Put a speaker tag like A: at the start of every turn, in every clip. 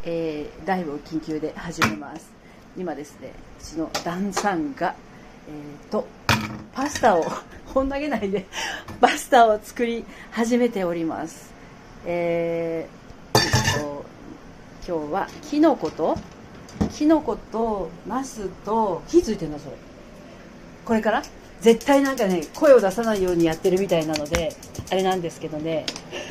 A: ライブを緊急で始めます。今ですね、うちの旦さんが、パスタをほん投げないでパスタを作り始めております。今日はキノコとナスと火ついてるのそれ。これから絶対なんかね声を出さないようにやってるみたいなのであれなんですけどね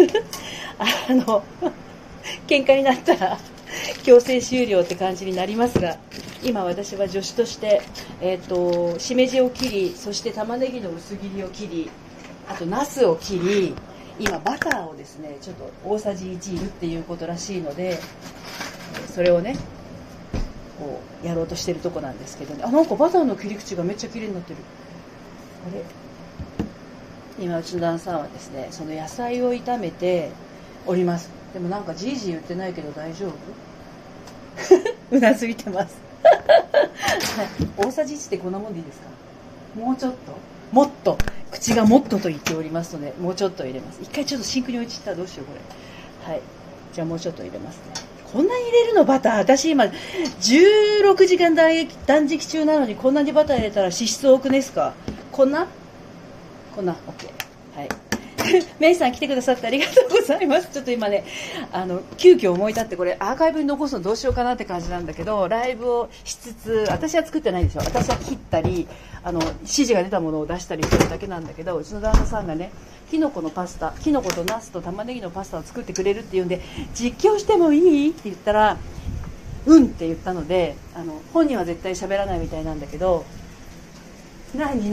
A: 喧嘩になったら強制終了って感じになりますが、今私は助手として、しめじを切り、そして玉ねぎの薄切りを切り、あとナスを切り、今バターをですねちょっと大さじ1いるっていうことらしいので、それをねこうやろうとしてるとこなんですけどね。なんかバターの切り口がめっちゃ綺麗になってる。あれ、今うちの旦さんはですねその野菜を炒めております。でもなんかじいじ言ってないけど大丈夫うなずいてます大さじ1ってこんなもんでいいですか？もうちょっともっと口がもっとと言っておりますので、もうちょっと入れます。一回ちょっとシンクに置いちゃったらどうしようこれ。はい、じゃあもうちょっと入れますね。こんなに入れるのバター。私今16時間断食中なのにこんなにバター入れたら脂質多くねすか？こんな OK。 はいメイさん来てくださってありがとうございます。ちょっと今ね急遽思い立ってこれアーカイブに残すのどうしようかなって感じなんだけど、ライブをしつつ、私は作ってないんですよ。私は切ったり指示が出たものを出したりするだけなんだけど、うちの旦那さんがねキノコとナスと玉ねぎのパスタを作ってくれるっていうんで、実況してもいいって言ったらうんって言ったので、本人は絶対喋らないみたいなんだけど、何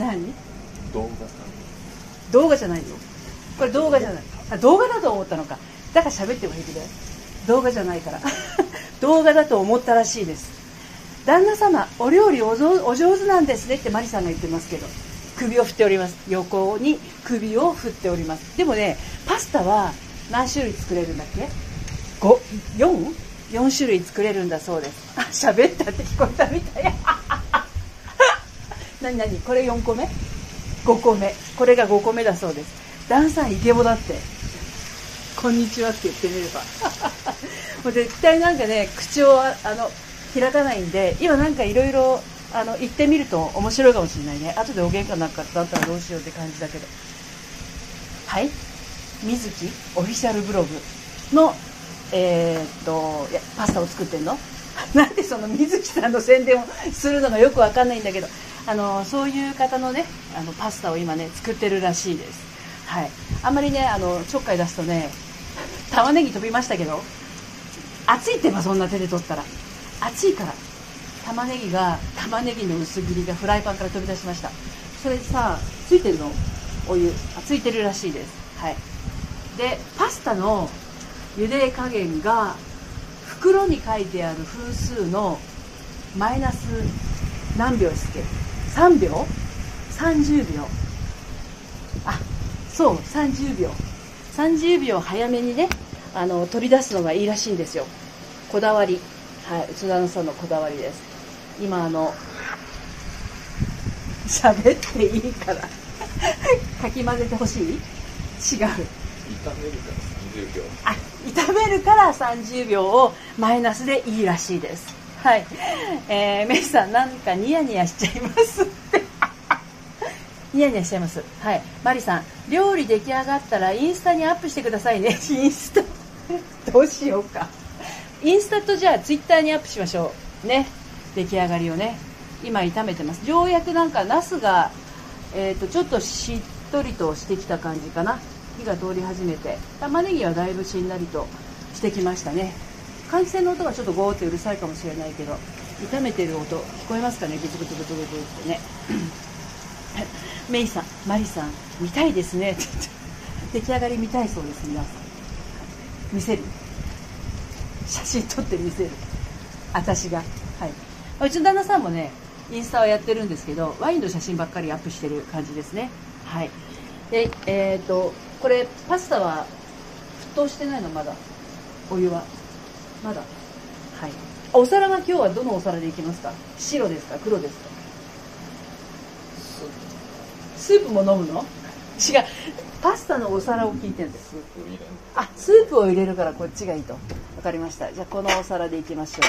A: 動画じゃないよこれ。動画じゃない。動画だと思ったのか。だから喋っても平気だよ。動画じゃないから動画だと思ったらしいです。旦那様お料理お上手なんですねってマリさんが言ってますけど、首を振っております。横に首を振っております。でもねパスタは何種類作れるんだっけ？4種類作れるんだそうです。喋ったって聞こえたみたい何これ4個目5個目、これが5個目だそうです。旦さんイケボだって、こんにちはって言ってみればもう絶対なんかね口を開かないんで、今なんかいろいろ言ってみると面白いかもしれないね。後でお喧嘩なんかだったらどうしようって感じだけど。はい、みずきオフィシャルブログのパスタを作ってんのなんでその水木さんの宣伝をするのがよくわかんないんだけど、そういう方のねパスタを今ね作ってるらしいです。はい、あんまりねちょっかい出すとね玉ねぎ飛びましたけど、熱いってばそんな手で取ったら熱いから、玉ねぎの薄切りがフライパンから飛び出しました。それさついてるのお湯ついてるらしいです。はい、でパスタの茹で加減が袋に書いてある分数のマイナス何秒ですっけ？3秒30秒そう30秒早めにね取り出すのがいいらしいんですよ。こだわり、はい、内田さんのこだわりです。今喋っていいからかき混ぜてほしい？違う、炒めるから30秒をマイナスでいいらしいです。はい、メイさんなんかニヤニヤしちゃいますってニヤニヤしちゃいます。はい、マリさん料理出来上がったらインスタにアップしてくださいね。インスタどうしようか。インスタとじゃあツイッターにアップしましょうね。出来上がりをね今炒めてます。ようやくなんかナスがちょっとしっとりとしてきた感じかな。火が通り始めて、玉ねぎはだいぶしんなりとしてきましたね。換気扇の音がちょっとゴーってうるさいかもしれないけど、炒めてる音聞こえますかね？グツグツグツグツってねメイさんマリさん見たいですねって出来上がり見たいそうです。皆さん見せる、写真撮って見せる私が。はい、うちの旦那さんもねインスタはやってるんですけど、ワインの写真ばっかりアップしてる感じですね。はい、でこれパスタは沸騰してないの？まだお湯はまだ。はい、お皿は今日はどのお皿でいきますか？白ですか黒ですか？スープも飲むの？違う、パスタのお皿を聞いてるんです。スープを入れるからこっちがいいと。 わかりました。じゃあこのお皿でいきましょう。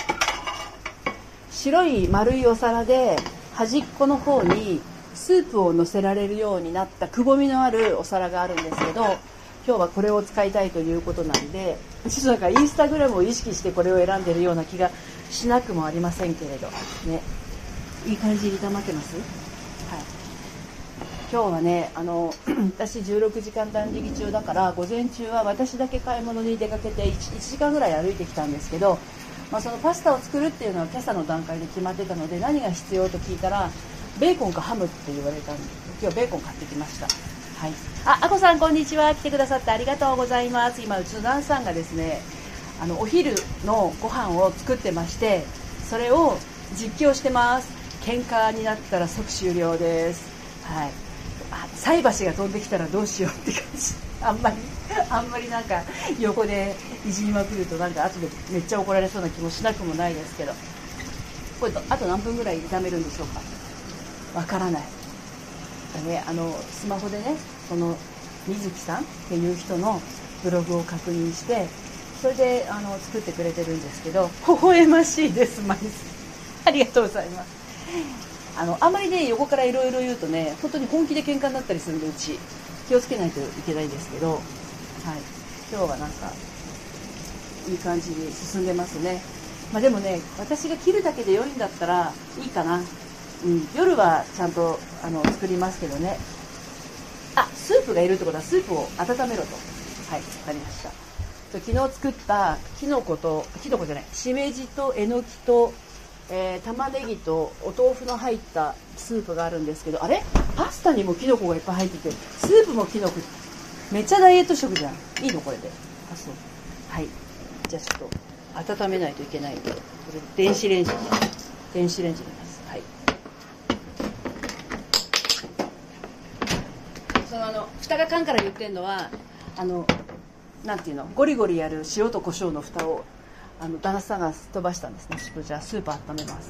A: 白い丸いお皿で端っこの方にスープを乗せられるようになったくぼみのあるお皿があるんですけど、今日はこれを使いたいということなんで、ちょっとなんかインスタグラムを意識してこれを選んでるような気がしなくもありませんけれどね。いい感じに炒まってます。はい。今日はね、私16時間断食中だから、午前中は私だけ買い物に出かけて 1時間ぐらい歩いてきたんですけど、そのパスタを作るっていうのは今朝の段階で決まってたので、何が必要と聞いたらベーコンかハムって言われたんで、今日ベーコン買ってきました。はい。あこさんこんにちは。来てくださってありがとうございます。今うちの旦さんがですね、お昼のご飯を作ってまして、それを実況してます。喧嘩になったら即終了です。はい。菜箸が飛んできたらどうしようって感じ。あんまりなんか横でいじりまくるとなんか後でめっちゃ怒られそうな気もしなくもないですけど、これあと何分ぐらい炒めるんでしょうか。わからない。ね、スマホでね、この水木さんっていう人のブログを確認して、それで作ってくれてるんですけど、微笑ましいです。マリスありがとうございます。あまりね横からいろいろ言うとね、本当に本気で喧嘩になったりするんで、うち気をつけないといけないんですけど、はい、今日はなんかいい感じに進んでますね。でもね、私が切るだけで良いんだったらいいかな。夜はちゃんと作りますけどね。スープがいるってことはスープを温めろと。はい、わかりました。昨日作ったきのこじゃない、しめじとえのきと、玉ねぎとお豆腐の入ったスープがあるんですけど、あれパスタにもきのこがいっぱい入ってて、スープもきのこ、めっちゃダイエット食じゃん。いいのこれで。そう。はい。じゃあちょっと温めないといけないので、これ電子レンジにます。はい。蓋がカンから言ってるのは、なんていうの、ゴリゴリやる塩と胡椒の蓋を旦那さんが飛ばしたんですね。じゃあスープ温めます。はい、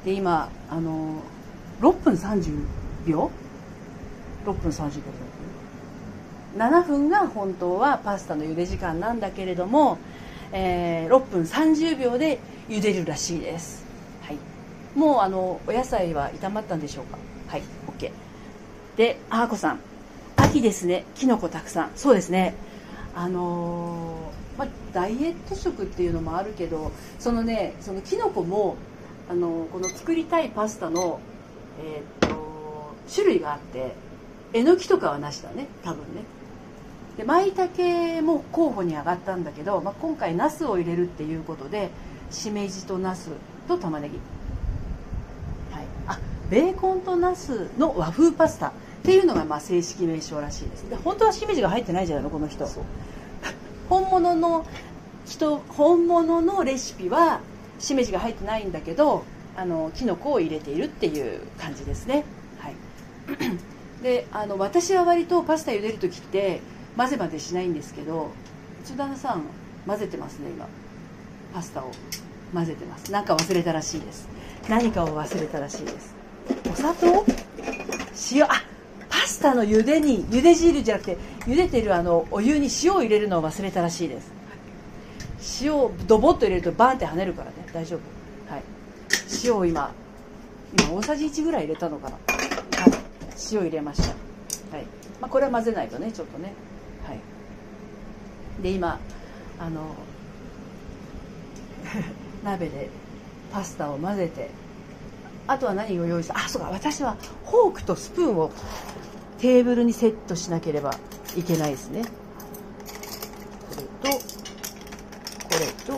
A: で今6分30秒6分30秒7分が本当はパスタの茹で時間なんだけれども、6分30秒で茹でるらしいです。はい、もうお野菜は炒まったんでしょうか。はい、 OK で、あーこさん、秋ですね、きのこたくさん。そうですね、ダイエット食っていうのもあるけど、そのきのこもこの作りたいパスタの、種類があって、えのきとかはなしだね、多分ね。で舞茸も候補に上がったんだけど、今回ナスを入れるっていうことで、しめじとナスと玉ねぎ、はい、ベーコンとナスの和風パスタっていうのが正式名称らしいです。で本当はしめじが入ってないじゃないのこの人。本物のレシピはしめじが入ってないんだけど、きのこを入れているっていう感じですね。はい、で私は割とパスタ茹でる時って混ぜ混ぜしないんですけど、うちの旦那さん混ぜてますね。今パスタを混ぜてます。なんか忘れたらしいです。何かを忘れたらしいです。お砂糖、塩、パスタの茹で汁じゃなくて、茹でてるお湯に塩を入れるのを忘れたらしいです。塩をドボッと入れるとバーンって跳ねるからね、大丈夫。はい、塩を今大さじ1ぐらい入れたのかな。はい、塩入れました。はい、これは混ぜないとね、ちょっとね。はい、で今鍋でパスタを混ぜて、あとは何を用意した。そうか、私はフォークとスプーンをテーブルにセットしなければいけないですね。これと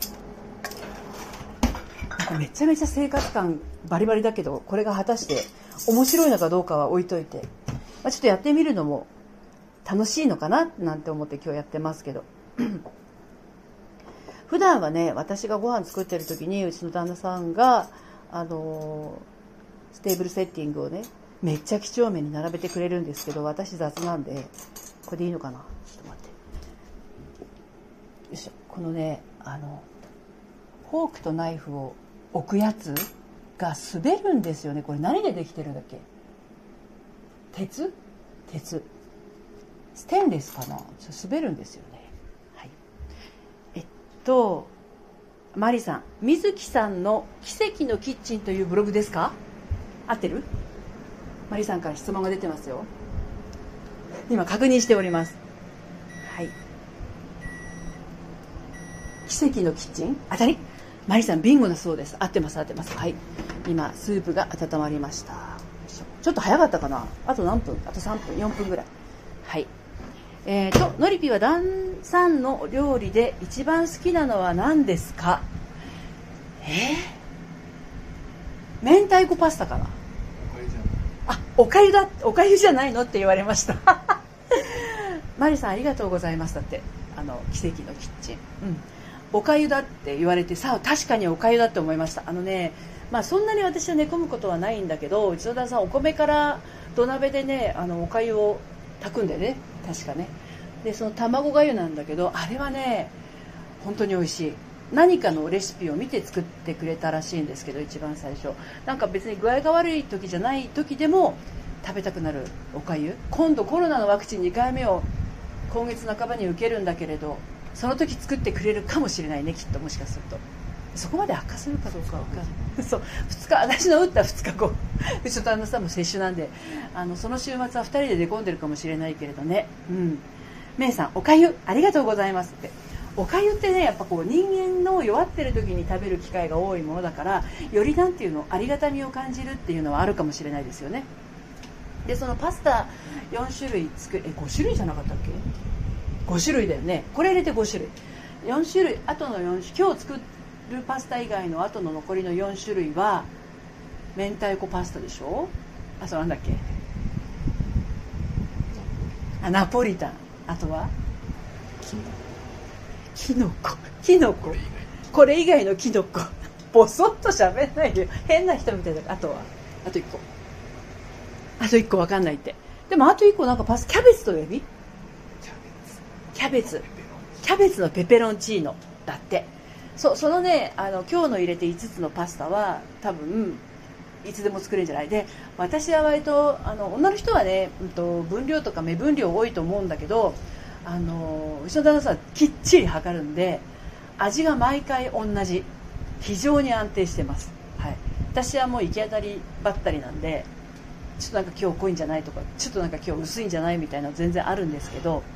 A: なんかめちゃめちゃ生活感バリバリだけど、これが果たして面白いのかどうかは置いといて、ちょっとやってみるのも楽しいのかななんて思って今日やってますけど普段はね、私がご飯作ってる時にうちの旦那さんがテーブルセッティングをね、めっちゃ几帳面に並べてくれるんですけど、私雑なんで、これでいいのかな、ちょっと待って、よいしょ。このね、フォークとナイフを置くやつが滑るんですよね。これ何でできてるんだっけ。鉄ステンレスかな。滑るんですよね。 マリさん、水木さんの奇跡のキッチンというブログですか？合ってる？マリさんから質問が出てますよ。今確認しております。はい。奇跡のキッチン？当たり？マリさんビンゴだそうです。合ってます合ってます。はい。今スープが温まりました。ちょっと早かったかな。あと何分？あと3分4分ぐらい。はい。のりぴはダンさんの料理で一番好きなのは何ですか？明太子パスタかな。おかゆじゃないのって言われましたマリさんありがとうございます。だって奇跡のキッチン、おかゆだって言われてさ、確かにおかゆだって思いました。そんなに私は寝込むことはないんだけど、うちの旦さんお米から土鍋でねおかゆを炊くんでね、確かね。でその卵がゆなんだけど、あれはね本当に美味しい。何かのレシピを見て作ってくれたらしいんですけど、一番最初なんか別に具合が悪い時じゃない時でも食べたくなるおかゆ。今度コロナのワクチン2回目を今月半ばに受けるんだけれど、その時作ってくれるかもしれないね、きっと。もしかするとそこまで悪化するかどうかわかんないそう、私の打った2日後うちの旦那さんも接種なんで、その週末は2人で出込んでるかもしれないけれどね。メイさんおかゆありがとうございますって。おかゆってね、やっぱこう人間の弱ってる時に食べる機会が多いものだから、よりなんていうの、ありがたみを感じるっていうのはあるかもしれないですよね。でそのパスタ4種類5種類じゃなかったっけ？5種類だよね。これ入れて5種類、4種類、あとの4種今日作るパスタ以外のあとの残りの4種類は明太子パスタでしょ。そうなんだっけ、ナポリタン、あとはキノコ、これ以外のキノコボソッと喋んないでよ、変な人みたいだから。あと1個分かんないって。でもあと1個なんかキャベツと呼び、キャベツのペペロンチーノだって。そのね今日の入れて5つのパスタは多分いつでも作れるんじゃない。で私は割と女の人はね、分量とか目分量多いと思うんだけど、うちの旦那さんきっちり測るんで、味が毎回同じ、非常に安定してます。はい、私はもう行き当たりばったりなんで、ちょっとなんか今日濃いんじゃないとか、ちょっとなんか今日薄いんじゃないみたいなの全然あるんですけど、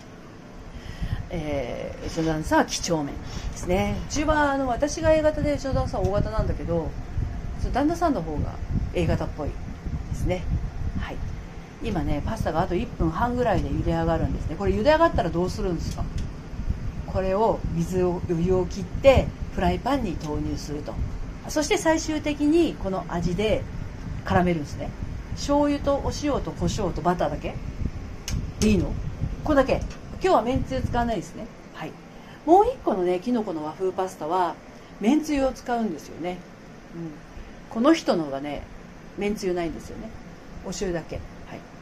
A: うちの旦那さんは几帳面ですね。うちは私が A 型でうちの旦那さんは O 型なんだけど、旦那さんの方が A 型っぽいですね。はい、今ねパスタがあと1分半ぐらいで茹で上がるんですね。これ茹で上がったらどうするんですか？これを湯を切ってフライパンに投入すると。そして最終的にこの味で絡めるんですね。醤油とお塩と胡椒とバターだけいいの？これだけ。今日はめんつゆ使わないですね。はい、もう1個のねきのこの和風パスタはめんつゆを使うんですよね。この人のがねめんつゆないんですよね。お醤油だけ。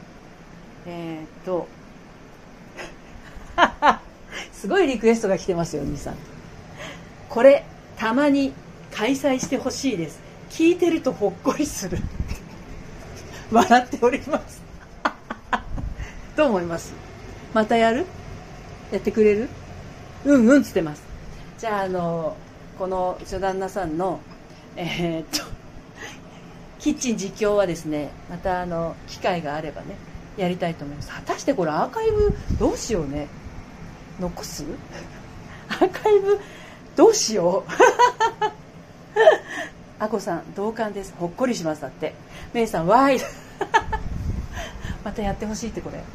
A: すごいリクエストが来てますよ、兄さん。これたまに開催してほしいです。聞いてるとほっこりする笑っておりますどう思います？またやってくれる？うんつってます。じゃあこのうちの旦那さんのキッチン実況はですね、また機会があればねやりたいと思います。果たしてこれアーカイブどうしようね。残す？アーカイブどうしようあこさん同感です。ほっこりしますだって。めいさんわーいまたやってほしいってこれ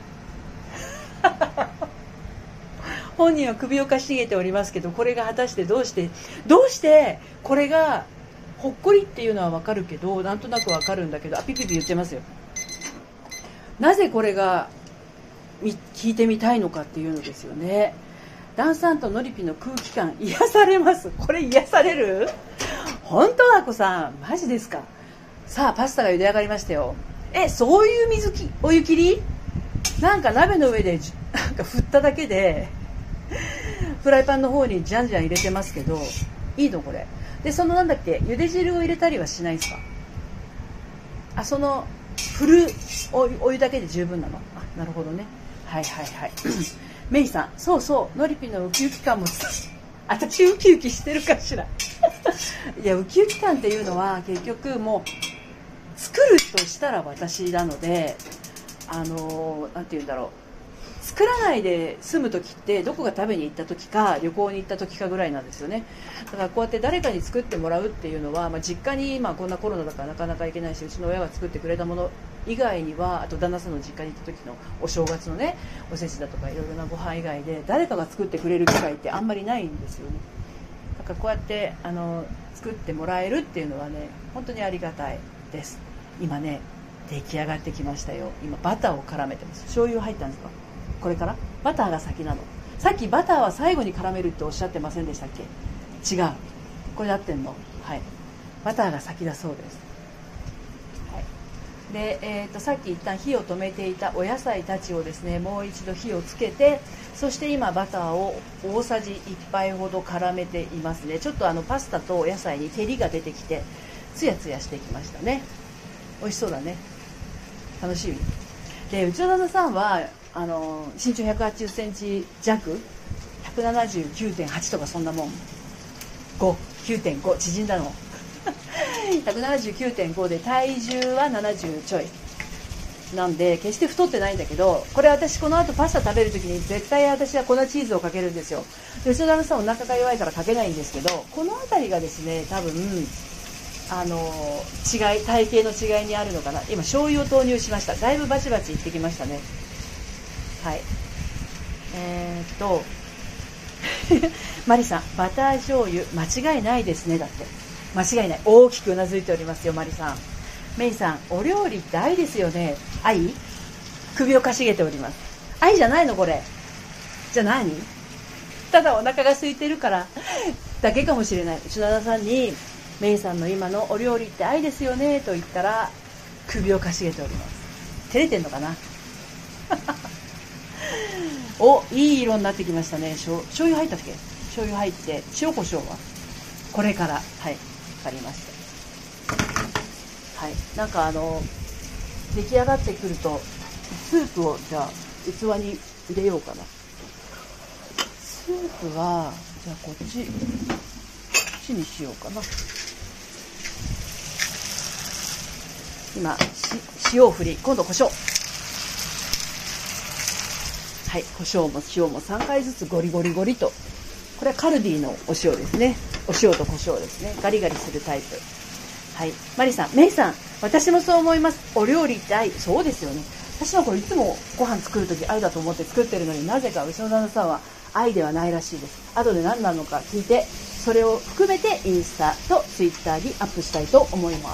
A: 本人は首をかしげておりますけど、これが果たしてどうしてこれがほっこりっていうのは分かるけど、なんとなく分かるんだけど、ピピピ言ってますよ。なぜこれが聞いてみたいのかっていうのですよね。ダンさんとノリピの空気感癒されます。これ癒される？本当？あこさんマジですか？さあパスタが茹で上がりましたよ。そういうお湯切り？なんか鍋の上でなんか振っただけでフライパンの方にじゃんじゃん入れてますけど、いいのこれで。そのなんだっけ、茹で汁を入れたりはしないですか？その振るお湯だけで十分なの？なるほどね。はいメイさん、そうノリピのウキウキ感も私ウキウキしてるかしらいやウキウキ感っていうのは結局もう作るとしたら私なので、なんて言うんだろう、作らないで済む時ってどこか食べに行った時か旅行に行った時かぐらいなんですよね。だからこうやって誰かに作ってもらうっていうのは、実家に今こんなコロナだからなかなか行けないし、うちの親が作ってくれたもの以外には、あと旦那さんの実家に行った時のお正月のねおせちだとかいろいろなご飯以外で誰かが作ってくれる機会ってあんまりないんですよね。だからこうやって作ってもらえるっていうのはね本当にありがたいです。今ね出来上がってきましたよ。今バターを絡めてます。醤油入ったんですか？これからバターが先なの。さっきバターは最後に絡めるっておっしゃってませんでしたっけ？違う、これで合ってんの？はい、バターが先だそうです。はい、で、さっき一旦火を止めていたお野菜たちをですねもう一度火をつけて、そして今バターを大さじ1杯ほど絡めていますね。ちょっとパスタとお野菜に照りが出てきてツヤツヤしてきましたね。美味しそうだね。楽しみで、うちの旦那さんは身長180センチ弱、179.8とかそんなもん、9.5縮んだの179.5 で体重は70ちょいなんで決して太ってないんだけど、これ私この後パスタ食べるときに絶対私は粉チーズをかけるんですよ。でうちの旦那さんお腹が弱いからかけないんですけど、この辺りがですね多分体型の違いにあるのかな。今醤油を投入しました。だいぶバチバチいってきましたね。はい、マリさんバター醤油間違いないですね。だって間違いない、大きくうなずいておりますよマリさん。メイさんお料理って愛ですよね。愛？首をかしげております。愛じゃないのこれ。じゃあ何？ただお腹が空いてるからだけかもしれない。うちの旦那さんにメイさんの今のお料理って愛ですよねと言ったら首をかしげております。照れてんのかなお、いい色になってきましたね。醤油入ったっけ？醤油入って塩コショウはこれから。はい、分かりました。はい、なんか出来上がってくるとスープをじゃあ器に入れようかな。スープはじゃあこっちにしようかな。今塩を振り、今度胡椒。はい、胡椒も塩も3回ずつゴリゴリゴリと。これはカルディのお塩ですね。お塩と胡椒ですね。ガリガリするタイプ。はい、マリさん、メイさん、私もそう思います。お料理って愛。そうですよね。私はこれいつもご飯作るとき愛だと思って作ってるのに、なぜかうちの旦那さんは愛ではないらしいです。後で何なのか聞いて、それを含めてインスタとツイッターにアップしたいと思います。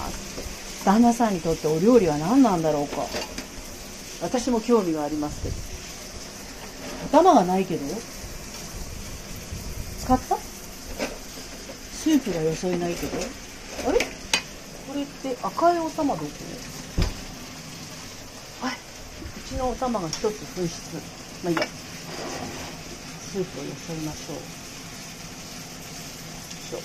A: 旦那さんにとってお料理は何なんだろうか。私も興味がありますけど。頭がないけど使った？スープがよそいないけど、あれこれって赤いお玉どこ？はい、うちのお玉が一つ紛失。まあいいや、スープをよそいましょう。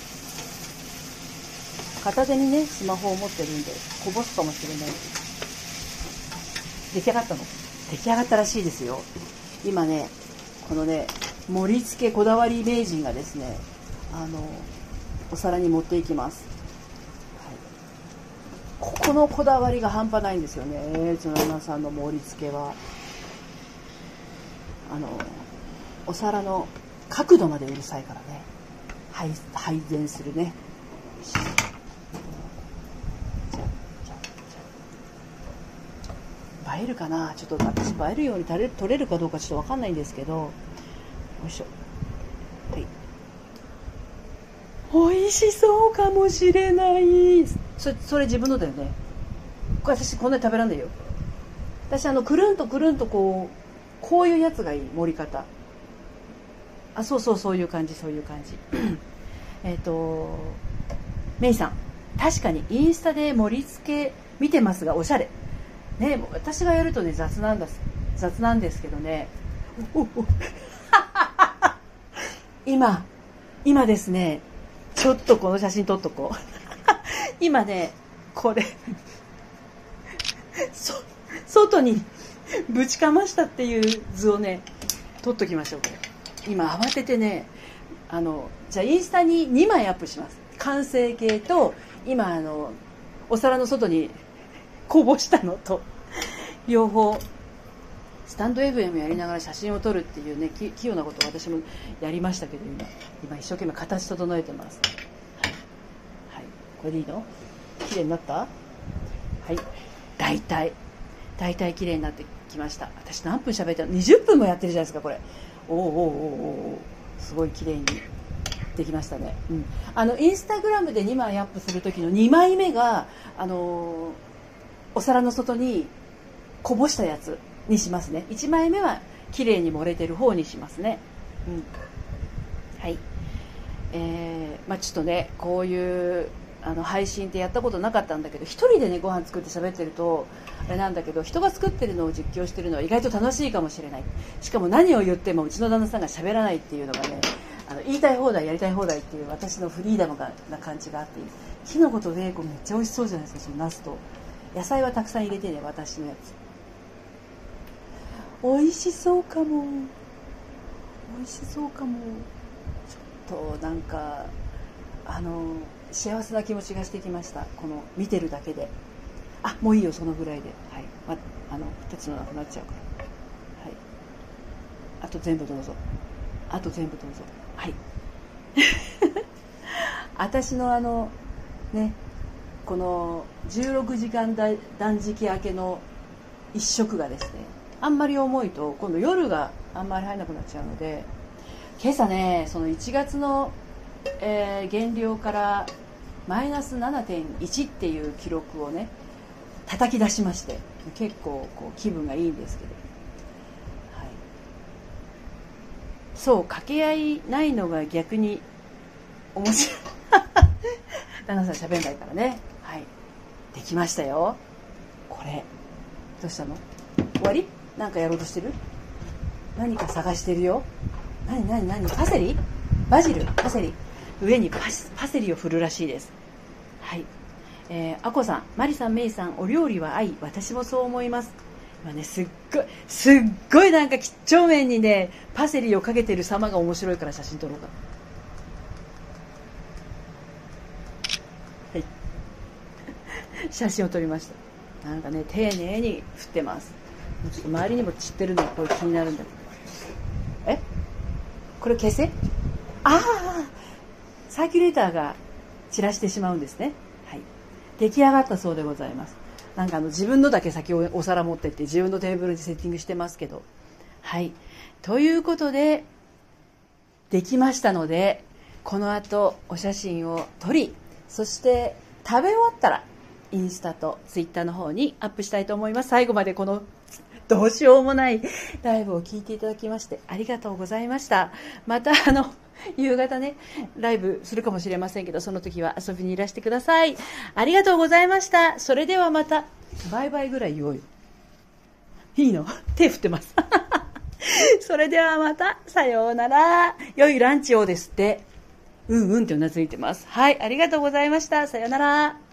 A: 片手にねスマホを持ってるんでこぼすかもしれないけど。出来上がったの？出来上がったらしいですよ。今ねこのね盛り付けこだわり名人がですねお皿に盛っていきます。はい、ここのこだわりが半端ないんですよね。うちの旦那さんの盛り付けはお皿の角度までうるさいからね。配膳するね。映えるかな。ちょっと私映えるように撮れるかどうかちょっと分かんないんですけど、よいしょ。はい、美味しそうかもしれない。それ自分のだよね。これ私こんなに食べらんないよ。私くるんとくるんとこういうやつがいい盛り方。あ、そういう感じ。メイさん、確かにインスタで盛り付け見てますがおしゃれね。私がやるとね雑なんですけどね今ですね、ちょっとこの写真撮っとこう今ねこれ外にぶちかましたっていう図をね撮っときましょう。今慌ててねじゃあインスタに2枚アップします。完成形と今お皿の外にこぼしたのと両方。スタンド FM やりながら写真を撮るっていうね、器用なことを私もやりましたけど、今一生懸命形整えてます。はい、はい、これでいいの？綺麗になった？はい、大体綺麗になってきました。私何分喋ったの？20分もやってるじゃないですかこれ。おすごい綺麗にできましたね。インスタグラムで2枚アップする時の2枚目がお皿の外にこぼしたやつにしますね。1枚目は綺麗に盛れてる方にしますね。はい。ちょっとね、こういう配信ってやったことなかったんだけど、一人でねご飯作って喋ってるとあれなんだけど、人が作ってるのを実況してるのは意外と楽しいかもしれない。しかも何を言ってもうちの旦那さんが喋らないっていうのがね、言いたい放題やりたい放題っていう私のフリーダムな感じがあって、キノコとベーコンめっちゃ美味しそうじゃないですか。そのナスと野菜はたくさん入れてね、私のやつ美味しそうかも。ちょっとなんか幸せな気持ちがしてきました。この見てるだけで。もういいよそのぐらいで。はい。2つのなくなっちゃうから。はい。あと全部どうぞ。はい。私のこの16時間断食明けの一食がですね、あんまり重いと今度夜があんまり入らなくなっちゃうので、今朝ね、その1月の、減量からマイナス 7.1 っていう記録をね叩き出しまして、結構こう気分がいいんですけど、はい、そう掛け合いないのが逆に面白い旦那さん喋んないからね。はい、できましたよ。これどうしたの？終わり？なんかやろうとしてる？何か探してるよ。何？パセリ？バジル？パセリ？上にパセリを振るらしいです。はい。あこさん、マリさん、メイさん、お料理は愛。私もそう思います。今ね、すっごいなんか几帳面にねパセリをかけてる様が面白いから写真撮ろうか。はい。写真を撮りました。なんかね丁寧に振ってます。ちょっと周りにも散ってるのこれ気になるんだけど。これ消せ？サーキュレーターが散らしてしまうんですね。はい。出来上がったそうでございます。なんか自分のだけ先お皿持ってって自分のテーブルにセッティングしてますけど。はい。ということで、できましたので、この後お写真を撮り、そして食べ終わったらインスタとツイッターの方にアップしたいと思います。最後までこのどうしようもないライブを聞いていただきましてありがとうございました。また夕方ねライブするかもしれませんけど、その時は遊びにいらしてください。ありがとうございました。それではまたバイバイぐらい言おうよ。いいの？手振ってますそれではまたさようなら。良いランチをですって。うんってうなずいてます。はい、ありがとうございました。さようなら。